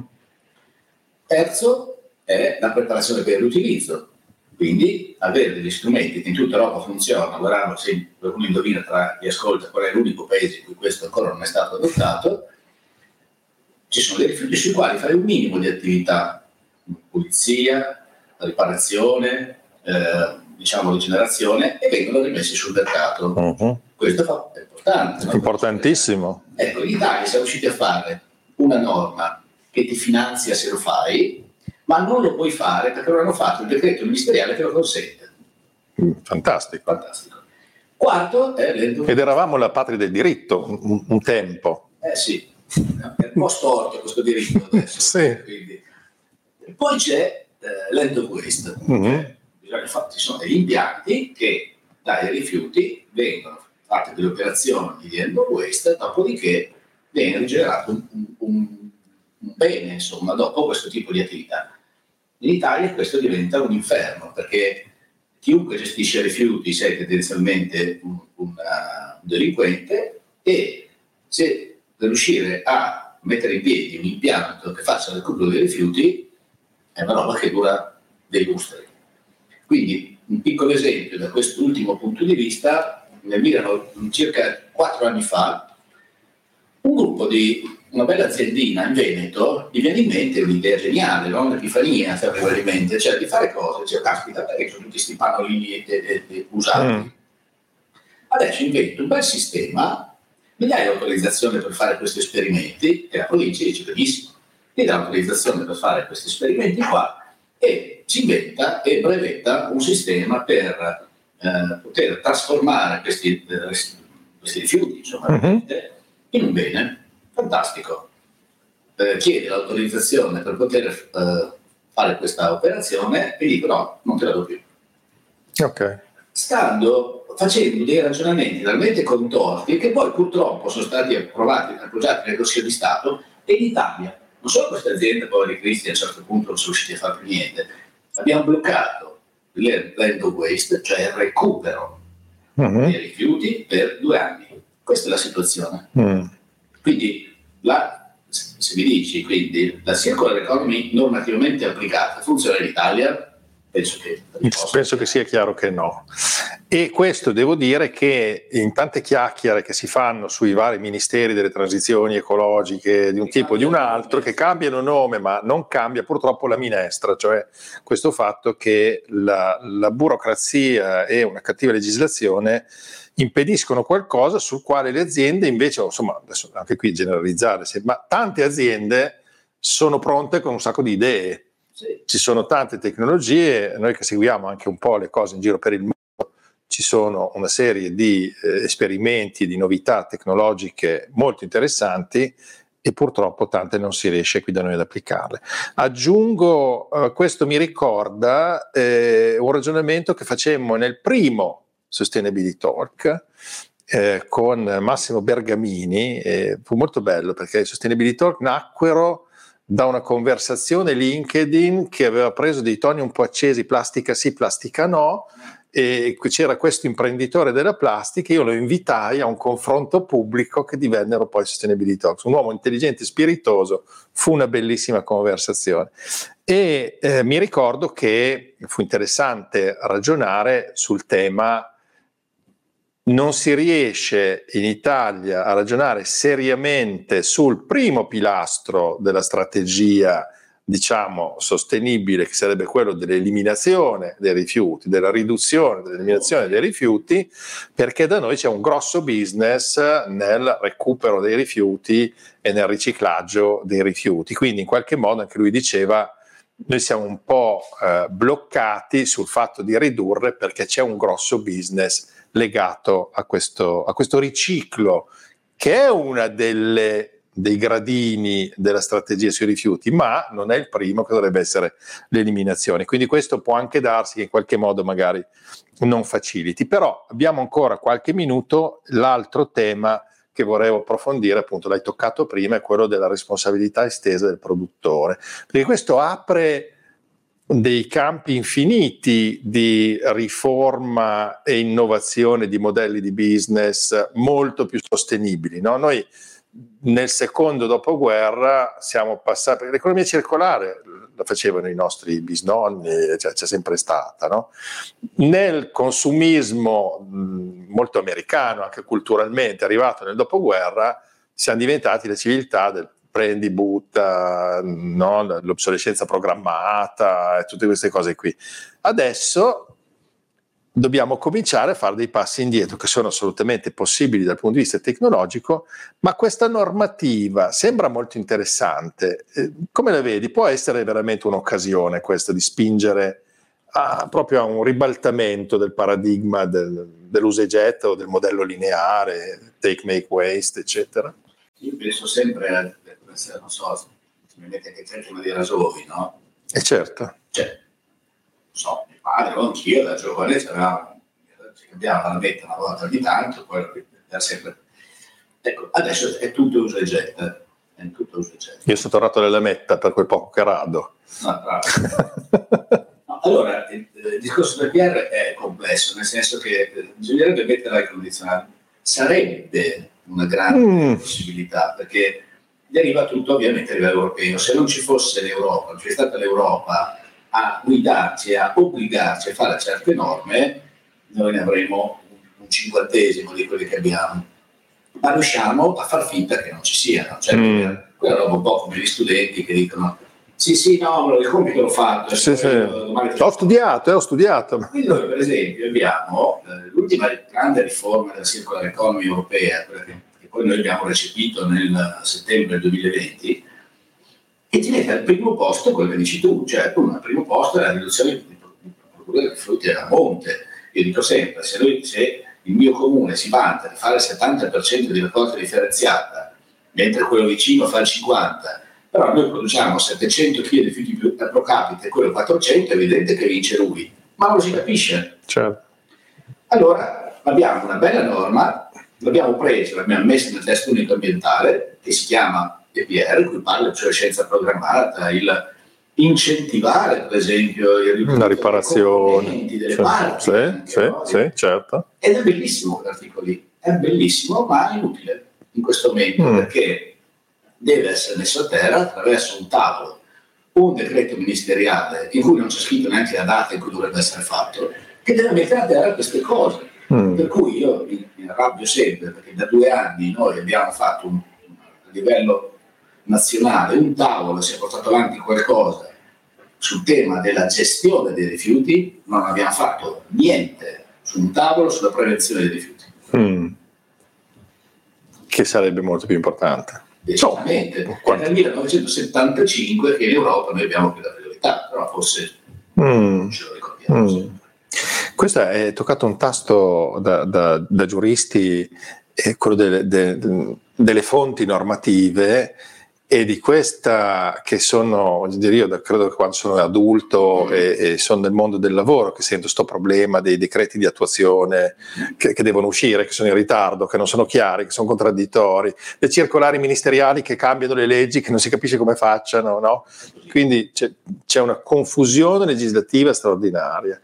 C: Terzo è la preparazione per il riutilizzo, quindi avere degli strumenti che in tutta Europa funzionano. Guardando, se qualcuno indovina tra chi ascolta qual è l'unico paese in cui questo ancora non è stato adottato, ci sono dei rifiuti sui quali fare un minimo di attività, pulizia, riparazione, rigenerazione, e vengono rimessi sul mercato. Questo è importante, no?
A: Importantissimo.
C: Ecco, in Italia siamo riusciti a fare una norma che ti finanzia se lo fai, ma non lo puoi fare perché non hanno fatto il decreto ministeriale che lo consente.
A: Fantastico.
C: Quarto è
A: ed eravamo la patria del diritto un tempo.
C: Sì, è un po' storto questo diritto adesso.
A: Sì.
C: Quindi. Poi c'è l'end of waste. Ci sono degli impianti che dai rifiuti vengono fatte delle operazioni di end of waste, dopodiché viene rigenerato un bene, insomma, dopo questo tipo di attività. In Italia questo diventa un inferno, perché chiunque gestisce rifiuti sei tendenzialmente un delinquente, e se per riuscire a mettere in piedi un impianto che faccia il recupero dei rifiuti è una roba che dura dei lustri. Quindi un piccolo esempio da quest'ultimo punto di vista: nel Milano, circa 4 anni fa, un gruppo di una bella aziendina in Veneto, gli viene in mente un'idea geniale, no? Un'epifania, cioè di fare cose, cioè caspita, perché sono tutti questi pannolini usati. Adesso invento un bel sistema, mi dai l'autorizzazione per fare questi esperimenti, e la provincia dice benissimo, mi dà l'autorizzazione per fare questi esperimenti qua, e si inventa e brevetta un sistema per poter trasformare questi rifiuti, insomma, in un bene. Fantastico. Chiede l'autorizzazione per poter fare questa operazione e dico no, non te la do più.
A: Ok.
C: Facendo dei ragionamenti talmente contorti che poi purtroppo sono stati appoggiati nel Consiglio di Stato, e in Italia non solo queste aziende poveri cristi a un certo punto non sono riusciti a fare più niente, abbiamo bloccato l'end of waste, cioè il recupero dei rifiuti per 2 anni. Questa è la situazione. Quindi se mi dici quindi la circular economy normativamente applicata funziona in Italia, penso che
A: sia chiaro che no. E questo devo dire che in tante chiacchiere che si fanno sui vari ministeri delle transizioni ecologiche di un tipo o di un altro, che cambiano nome ma non cambia purtroppo la minestra, cioè questo fatto che la burocrazia e una cattiva legislazione impediscono qualcosa sul quale le aziende invece, insomma, adesso anche qui generalizzare, ma tante aziende sono pronte con un sacco di idee.
C: Sì.
A: Ci sono tante tecnologie, noi che seguiamo anche un po' le cose in giro per il mondo, ci sono una serie di esperimenti, di novità tecnologiche molto interessanti, e purtroppo tante non si riesce qui da noi ad applicarle. Aggiungo, questo mi ricorda un ragionamento che facemmo nel primo Sustainability Talk con Massimo Bergamini, fu molto bello perché i Sustainability Talk nacquero da una conversazione LinkedIn che aveva preso dei toni un po' accesi, plastica sì, plastica no, e c'era questo imprenditore della plastica, io lo invitai a un confronto pubblico che divennero poi Sustainability Talks, un uomo intelligente e spiritoso, fu una bellissima conversazione. E mi ricordo che fu interessante ragionare sul tema. Non si riesce in Italia a ragionare seriamente sul primo pilastro della strategia, diciamo, sostenibile, che sarebbe quello dell'eliminazione dei rifiuti, della riduzione dell'eliminazione dei rifiuti, perché da noi c'è un grosso business nel recupero dei rifiuti e nel riciclaggio dei rifiuti. Quindi in qualche modo anche lui diceva noi siamo un po' bloccati sul fatto di ridurre perché c'è un grosso business legato a questo riciclo, che è una dei gradini della strategia sui rifiuti, ma non è il primo, che dovrebbe essere l'eliminazione. Quindi questo può anche darsi che in qualche modo magari non faciliti. Però abbiamo ancora qualche minuto. L'altro tema che vorrei approfondire, appunto l'hai toccato prima, è quello della responsabilità estesa del produttore, perché questo apre dei campi infiniti di riforma e innovazione di modelli di business molto più sostenibili, no? Noi nel secondo dopoguerra siamo passati, perché l'economia circolare la facevano i nostri bisnonni, cioè c'è sempre stata, no? Nel consumismo molto americano, anche culturalmente arrivato nel dopoguerra, siamo diventati la civiltà del prendi, butta, no? L'obsolescenza programmata e tutte queste cose qui. Adesso dobbiamo cominciare a fare dei passi indietro che sono assolutamente possibili dal punto di vista tecnologico, ma questa normativa sembra molto interessante. Come la vedi? Può essere veramente un'occasione questa di spingere proprio a un ribaltamento del paradigma dell'usa e getta o del modello lineare, take, make, waste, eccetera?
C: Io penso sempre, non so, se mi mette anche il tema dei rasovi, no?
A: E certo.
C: Cioè, non so, mio padre o anch'io da giovane ci cambiava la lametta una volta ogni tanto, poi era sempre. Ecco, adesso è tutto usa e getta.
A: Io sono tornato alla lametta per quel poco che rado.
C: No, no, allora, il discorso del PR è complesso, nel senso che bisognerebbe mettere l'aria condizionata. Sarebbe una grande possibilità, perché deriva tutto ovviamente a livello europeo. Se non ci fosse l'Europa, non c'è stata l'Europa a guidarci, a obbligarci a fare certe norme, noi ne avremo un 50° di quelli che abbiamo. ma riusciamo a far finta che non ci siano. Cioè, quella roba un po' come gli studenti che dicono sì, no, il compito l'ho fatto.
A: Ho studiato.
C: Quindi noi, per esempio, abbiamo l'ultima grande riforma della circular economy europea, quella che poi noi abbiamo recepito nel settembre 2020, e ti mette al primo posto quello che dici tu, cioè al primo posto è la riduzione di produrre frutti a monte. Io dico sempre, se il mio comune si vanta di fare il 70% di raccolta differenziata, mentre quello vicino fa il 50%, però noi produciamo 700 kg di rifiuti pro capite e quello 400, è evidente che vince lui, ma non lo si capisce.
A: Certo.
C: Allora abbiamo una bella norma, l'abbiamo messa nel testo unico ambientale, che si chiama EPR, in cui parla di scienza programmata, il incentivare per esempio
A: la riparazione
C: delle parti,
A: sì, certo.
C: Ed è bellissimo quell'articolo lì, è bellissimo ma inutile in questo momento, perché deve essere messo a terra attraverso un tavolo, un decreto ministeriale in cui non c'è scritto neanche la data in cui dovrebbe essere fatto, che deve mettere a terra queste cose. Per cui io mi arrabbio sempre, perché da 2 anni noi abbiamo fatto a livello nazionale un tavolo, si è portato avanti qualcosa sul tema della gestione dei rifiuti, non abbiamo fatto niente su un tavolo sulla prevenzione dei rifiuti.
A: Che sarebbe molto più importante.
C: Decisamente. È dal 1975 che in Europa noi abbiamo quella priorità, però forse non ce lo ricordiamo.
A: Questo è toccato un tasto da giuristi, quello delle fonti normative e di questa che sono, io credo che quando sono adulto e sono nel mondo del lavoro che sento sto problema dei decreti di attuazione che devono uscire, che sono in ritardo, che non sono chiari, che sono contraddittori, le circolari ministeriali che cambiano le leggi, che non si capisce come facciano, no? Quindi c'è una confusione legislativa straordinaria.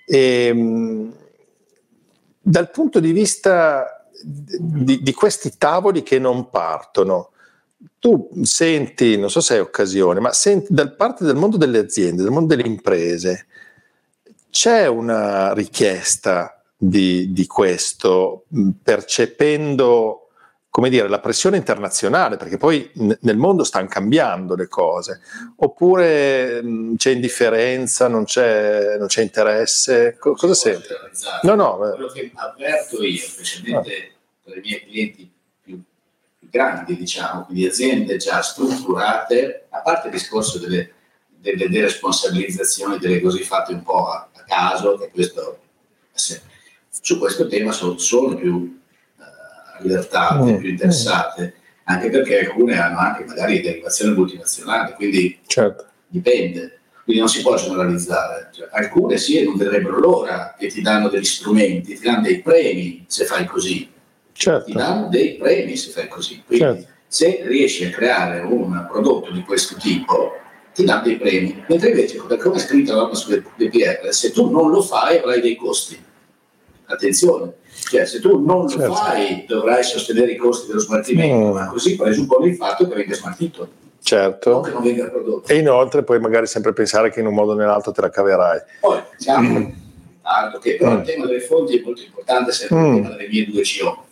A: Dal punto di vista di questi tavoli che non partono, tu senti, non so se è occasione, ma senti da parte del mondo delle aziende, del mondo delle imprese, c'è una richiesta di questo, percependo, come dire, la pressione internazionale, perché poi nel mondo stanno cambiando le cose, oppure c'è indifferenza, non c'è interesse? Cosa senti?
C: No. Quello che avverto io, specialmente tra i miei clienti più grandi, diciamo, quindi aziende già strutturate, a parte il discorso delle deresponsabilizzazioni, delle cose fatte un po' a caso, che questo, su questo tema sono più allertate, più interessate, anche perché alcune hanno anche magari derivazione multinazionale, quindi dipende, quindi non si può generalizzare. Cioè, alcune sì, non vedrebbero l'ora che ti danno degli strumenti, ti danno dei premi se fai così. Ti danno dei premi se fai così, quindi se riesci a creare un prodotto di questo tipo ti danno dei premi, mentre invece come è scritto la norma sulle DPR, se tu non lo fai avrai dei costi. Attenzione, cioè se tu non lo fai dovrai sostenere i costi dello smaltimento, ma così presuppone il fatto che venga smaltito, non che non venga prodotto.
A: E inoltre puoi magari sempre pensare che in un modo o nell'altro te la caverai.
C: Poi diciamo altro che però il tema delle fonti è molto importante, sempre il tema delle mie 2 CO,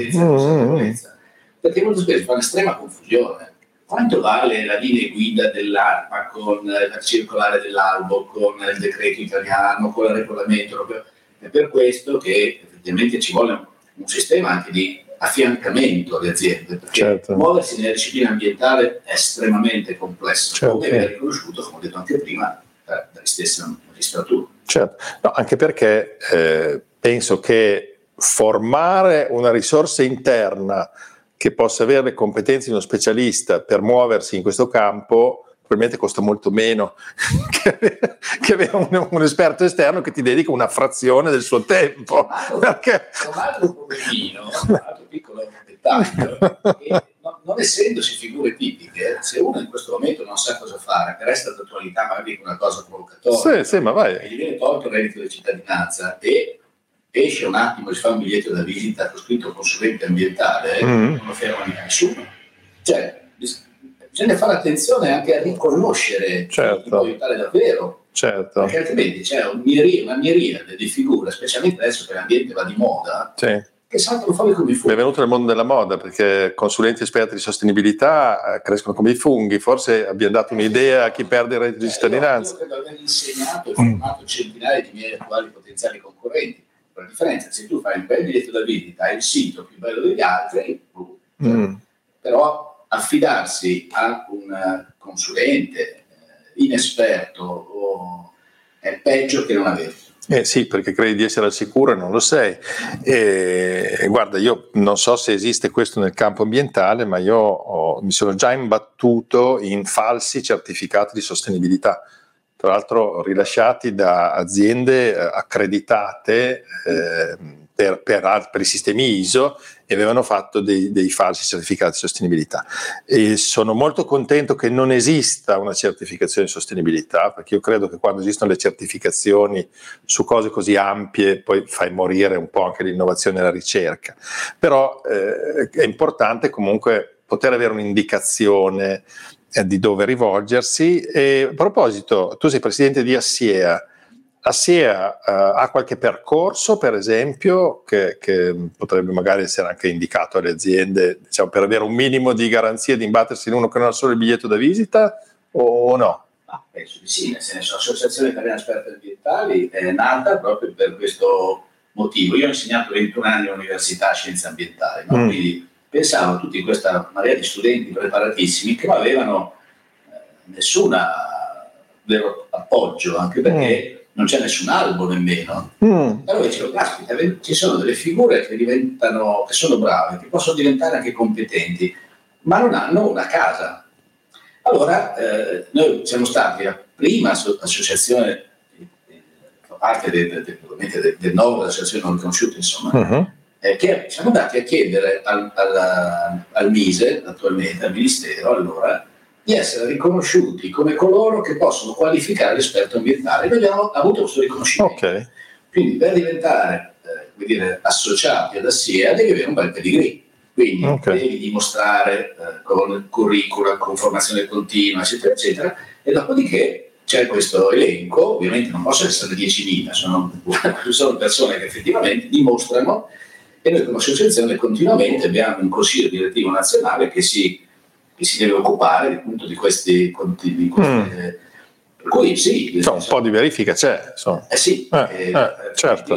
C: perché molto spesso fa un'estrema confusione. Quanto vale la linea guida dell'ARPA con la circolare dell'albo, con il decreto italiano, con il regolamento europeo? È per questo che effettivamente ci vuole un sistema anche di affiancamento alle aziende, perché muoversi nella disciplina ambientale è estremamente complesso, come viene riconosciuto, come ho detto anche prima, dalla stessa magistratura.
A: No, anche perché penso che formare una risorsa interna che possa avere le competenze di uno specialista per muoversi in questo campo probabilmente costa molto meno che avere un esperto esterno che ti dedica una frazione del suo tempo.
C: Un altro problemino, un altro piccolo dettaglio, che non essendosi figure tipiche, se uno in questo momento non sa cosa fare, resta d'attualità magari con una cosa provocatoria,
A: ma vai.
C: E gli viene tolto il reddito di cittadinanza e esce un attimo, si fa un biglietto da visita con scritto consulente ambientale, non lo ferma mica nessuno. Cioè, bisogna fare attenzione anche a riconoscere chi può aiutare davvero, perché altrimenti c'è una miriade di figure, specialmente adesso che l'ambiente va di moda, che saltano fuori come i funghi.
A: Benvenuto nel mondo della moda, perché consulenti esperti di sostenibilità crescono come i funghi. Forse abbiamo dato un'idea a chi perde il reddito di cittadinanza.
C: Io credo di aver insegnato e formato centinaia di miei attuali potenziali concorrenti. Per la differenza, se tu fai un bel biglietto da visita, hai il sito più bello degli altri, però affidarsi a un consulente inesperto è peggio che non averlo.
A: Sì, perché credi di essere al sicuro e non lo sei. Guarda, io non so se esiste questo nel campo ambientale, ma io mi sono già imbattuto in falsi certificati di sostenibilità, tra l'altro rilasciati da aziende accreditate per i sistemi ISO, e avevano fatto dei falsi certificati di sostenibilità. E sono molto contento che non esista una certificazione di sostenibilità, perché io credo che quando esistono le certificazioni su cose così ampie poi fai morire un po' anche l'innovazione e la ricerca. Però è importante comunque poter avere un'indicazione di dove rivolgersi. E a proposito, tu sei presidente di ASSIEA. ASSIEA ha qualche percorso, per esempio, che potrebbe magari essere anche indicato alle aziende, diciamo, per avere un minimo di garanzia di imbattersi in uno che non ha solo il biglietto da visita, o no?
C: Penso di sì, nel senso l'Associazione Italiana Esperti Ambientali è nata proprio per questo motivo. Io ho insegnato 21 anni all'Università Scienze Ambientali, no? Quindi pensavo a tutti questa marea di studenti preparatissimi che non avevano nessun vero appoggio, anche perché non c'è nessun albo nemmeno. Allora dicevo, caspita, ci sono delle figure che sono brave, che possono diventare anche competenti, ma non hanno una casa. Allora noi siamo stati la prima associazione, fa parte del nodo dell'associazione non riconosciuta, insomma, che siamo andati a chiedere al MISE, attualmente al Ministero, allora, di essere riconosciuti come coloro che possono qualificare l'esperto ambientale. Noi abbiamo avuto questo riconoscimento. Quindi per diventare associati ad ASSIEA devi avere un bel pedigree. Quindi devi dimostrare con curricula, con formazione continua, eccetera, eccetera. E dopodiché c'è questo elenco, ovviamente non possono essere 10.000, sono persone che effettivamente dimostrano, e noi come associazione continuamente abbiamo un consiglio direttivo nazionale che si deve occupare appunto di questi per cui sì,
A: un po' di verifica c'è, certo.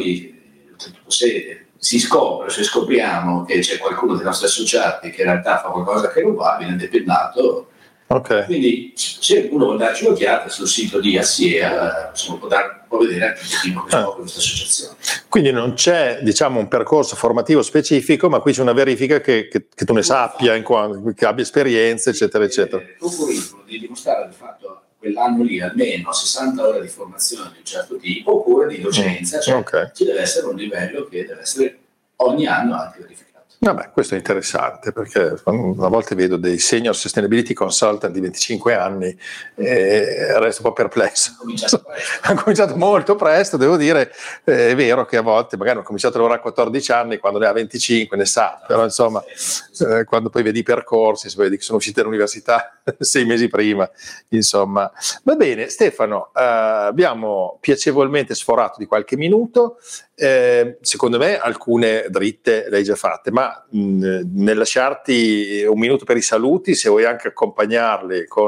C: Se scopriamo che c'è qualcuno dei nostri associati che in realtà fa qualcosa che non va, viene depennato. Quindi se uno vuole darci un'occhiata sul sito di ASSIEA, può vedere anche questa associazione.
A: Quindi non c'è, diciamo, un percorso formativo specifico, ma qui c'è una verifica che tu ne sappia, che abbia esperienze, eccetera, eccetera.
C: Il tuo curriculum di dimostrare di fatto quell'anno lì almeno 60 ore di formazione di un certo tipo, oppure di docenza, ci deve essere un livello che deve essere ogni anno anche verificato.
A: Vabbè, questo è interessante, perché a volte vedo dei senior sustainability consultant di 25 anni e resto un po' perplesso. Hanno cominciato molto presto, devo dire. È vero che a volte magari hanno cominciato a lavorare a 14 anni, quando ne ha 25 ne sa, però insomma quando poi vedi i percorsi, se vedi che sono usciti dall'università 6 mesi prima, insomma. Va bene, Stefano, abbiamo piacevolmente sforato di qualche minuto. Secondo me alcune dritte le hai già fatte, ma nel lasciarti un minuto per i saluti, se vuoi anche accompagnarli con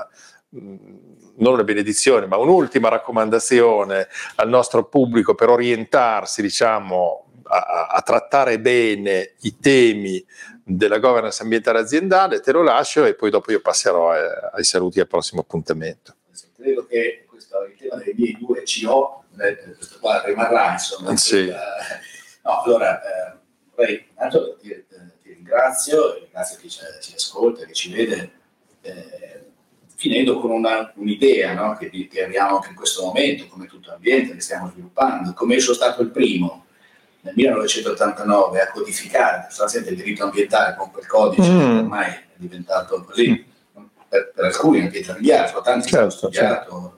A: non una benedizione, ma un'ultima raccomandazione al nostro pubblico per orientarsi, diciamo, a trattare bene i temi della governance ambientale aziendale, te lo lascio e poi dopo io passerò ai saluti al prossimo appuntamento.
C: Credo che questo è il tema dei miei 2 CO, questo qua rimarrà, insomma.
A: Sì.
C: Allora, vorrei intanto ti ringrazio chi ci ascolta, che ci vede, finendo con un'idea, no, che abbiamo anche in questo momento, come tutto l'ambiente che stiamo sviluppando. Come io sono stato il primo nel 1989 a codificare sostanzialmente il diritto ambientale con quel codice che ormai è diventato così, per alcuni anche familiare, sono tanti che hanno studiato.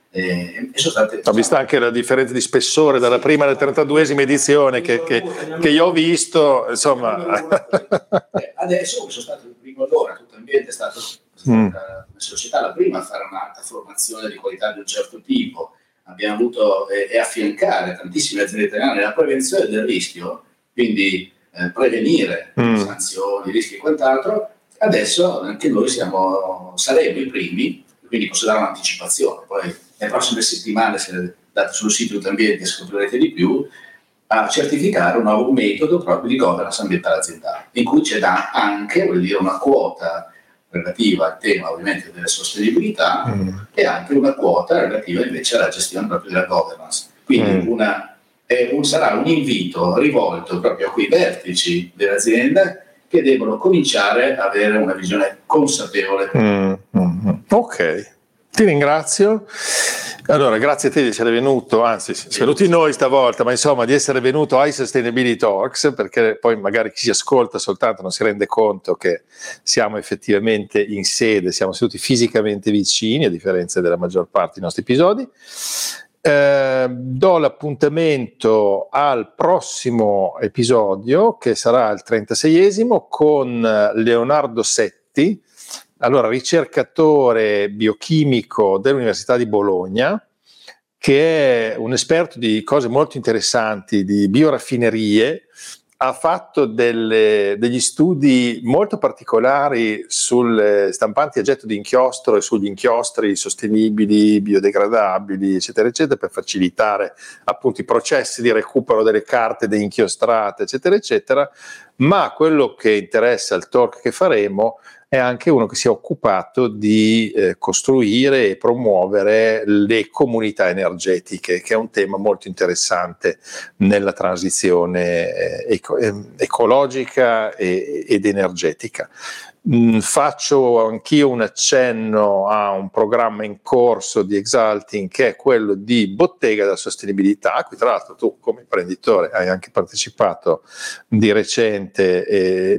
A: Ho visto anche la differenza di spessore dalla prima alla 32esima edizione che io ho visto, insomma.
C: Adesso sono stato il primo, allora tutto l'ambiente è stato una società la prima a fare un'alta formazione di qualità di un certo tipo. Abbiamo avuto e affiancare tantissime aziende italiane nella prevenzione del rischio, quindi prevenire sanzioni, rischi e quant'altro, adesso anche noi saremo i primi, quindi posso dare un'anticipazione. Poi nelle prossime settimane, se andate sul sito Utambiente scoprirete di più, a certificare un nuovo metodo proprio di governance ambientale aziendale, in cui c'è anche, vuol dire, una quota relativa al tema ovviamente della sostenibilità e anche una quota relativa invece alla gestione proprio della governance. Quindi sarà un invito rivolto proprio a quei vertici dell'azienda che devono cominciare ad avere una visione consapevole.
A: Ok, ti ringrazio. Allora, grazie a te di essere venuto, anzi, siamo venuti noi stavolta, ma insomma di essere venuto ai Sustainability Talks, perché poi magari chi si ascolta soltanto non si rende conto che siamo effettivamente in sede, siamo seduti fisicamente vicini, a differenza della maggior parte dei nostri episodi. Do l'appuntamento al prossimo episodio, che sarà il 36esimo, con Leonardo Setti, allora ricercatore biochimico dell'Università di Bologna, che è un esperto di cose molto interessanti, di bioraffinerie. Ha fatto degli studi molto particolari sulle stampanti a getto di inchiostro e sugli inchiostri sostenibili, biodegradabili, eccetera, eccetera, per facilitare appunto i processi di recupero delle carte deinchiostrate, eccetera, eccetera. Ma quello che interessa al talk che faremo è anche uno che si è occupato di costruire e promuovere le comunità energetiche, che è un tema molto interessante nella transizione ecologica ed energetica. Faccio anch'io un accenno a un programma in corso di Exalting, che è quello di Bottega della Sostenibilità. Qui tra l'altro tu come imprenditore hai anche partecipato di recente.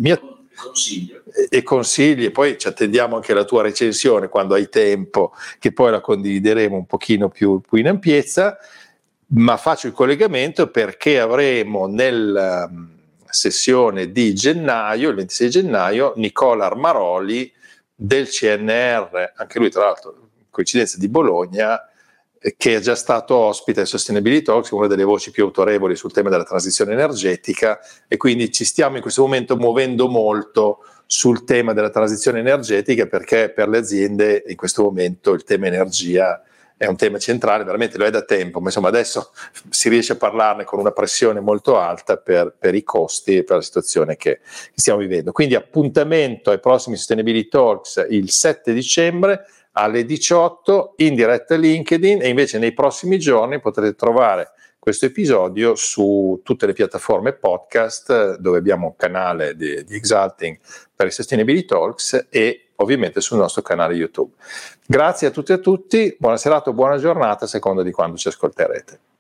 A: Consigli, e poi ci attendiamo anche la tua recensione quando hai tempo, che poi la condivideremo un pochino più in ampiezza, ma faccio il collegamento perché avremo nella sessione di gennaio, il 26 gennaio, Nicola Armaroli del CNR, anche lui tra l'altro coincidenza di Bologna, che è già stato ospite ai Sustainability Talks, una delle voci più autorevoli sul tema della transizione energetica, e quindi ci stiamo in questo momento muovendo molto sul tema della transizione energetica, perché per le aziende in questo momento il tema energia è un tema centrale, veramente lo è da tempo, ma insomma adesso si riesce a parlarne con una pressione molto alta per i costi e per la situazione che stiamo vivendo. Quindi appuntamento ai prossimi Sustainability Talks il 7 dicembre alle 18 in diretta LinkedIn, e invece nei prossimi giorni potrete trovare questo episodio su tutte le piattaforme podcast, dove abbiamo un canale di Exalting per i Sustainability Talks e ovviamente sul nostro canale YouTube. Grazie a tutti e a tutti, buona serata o buona giornata a seconda di quando ci ascolterete.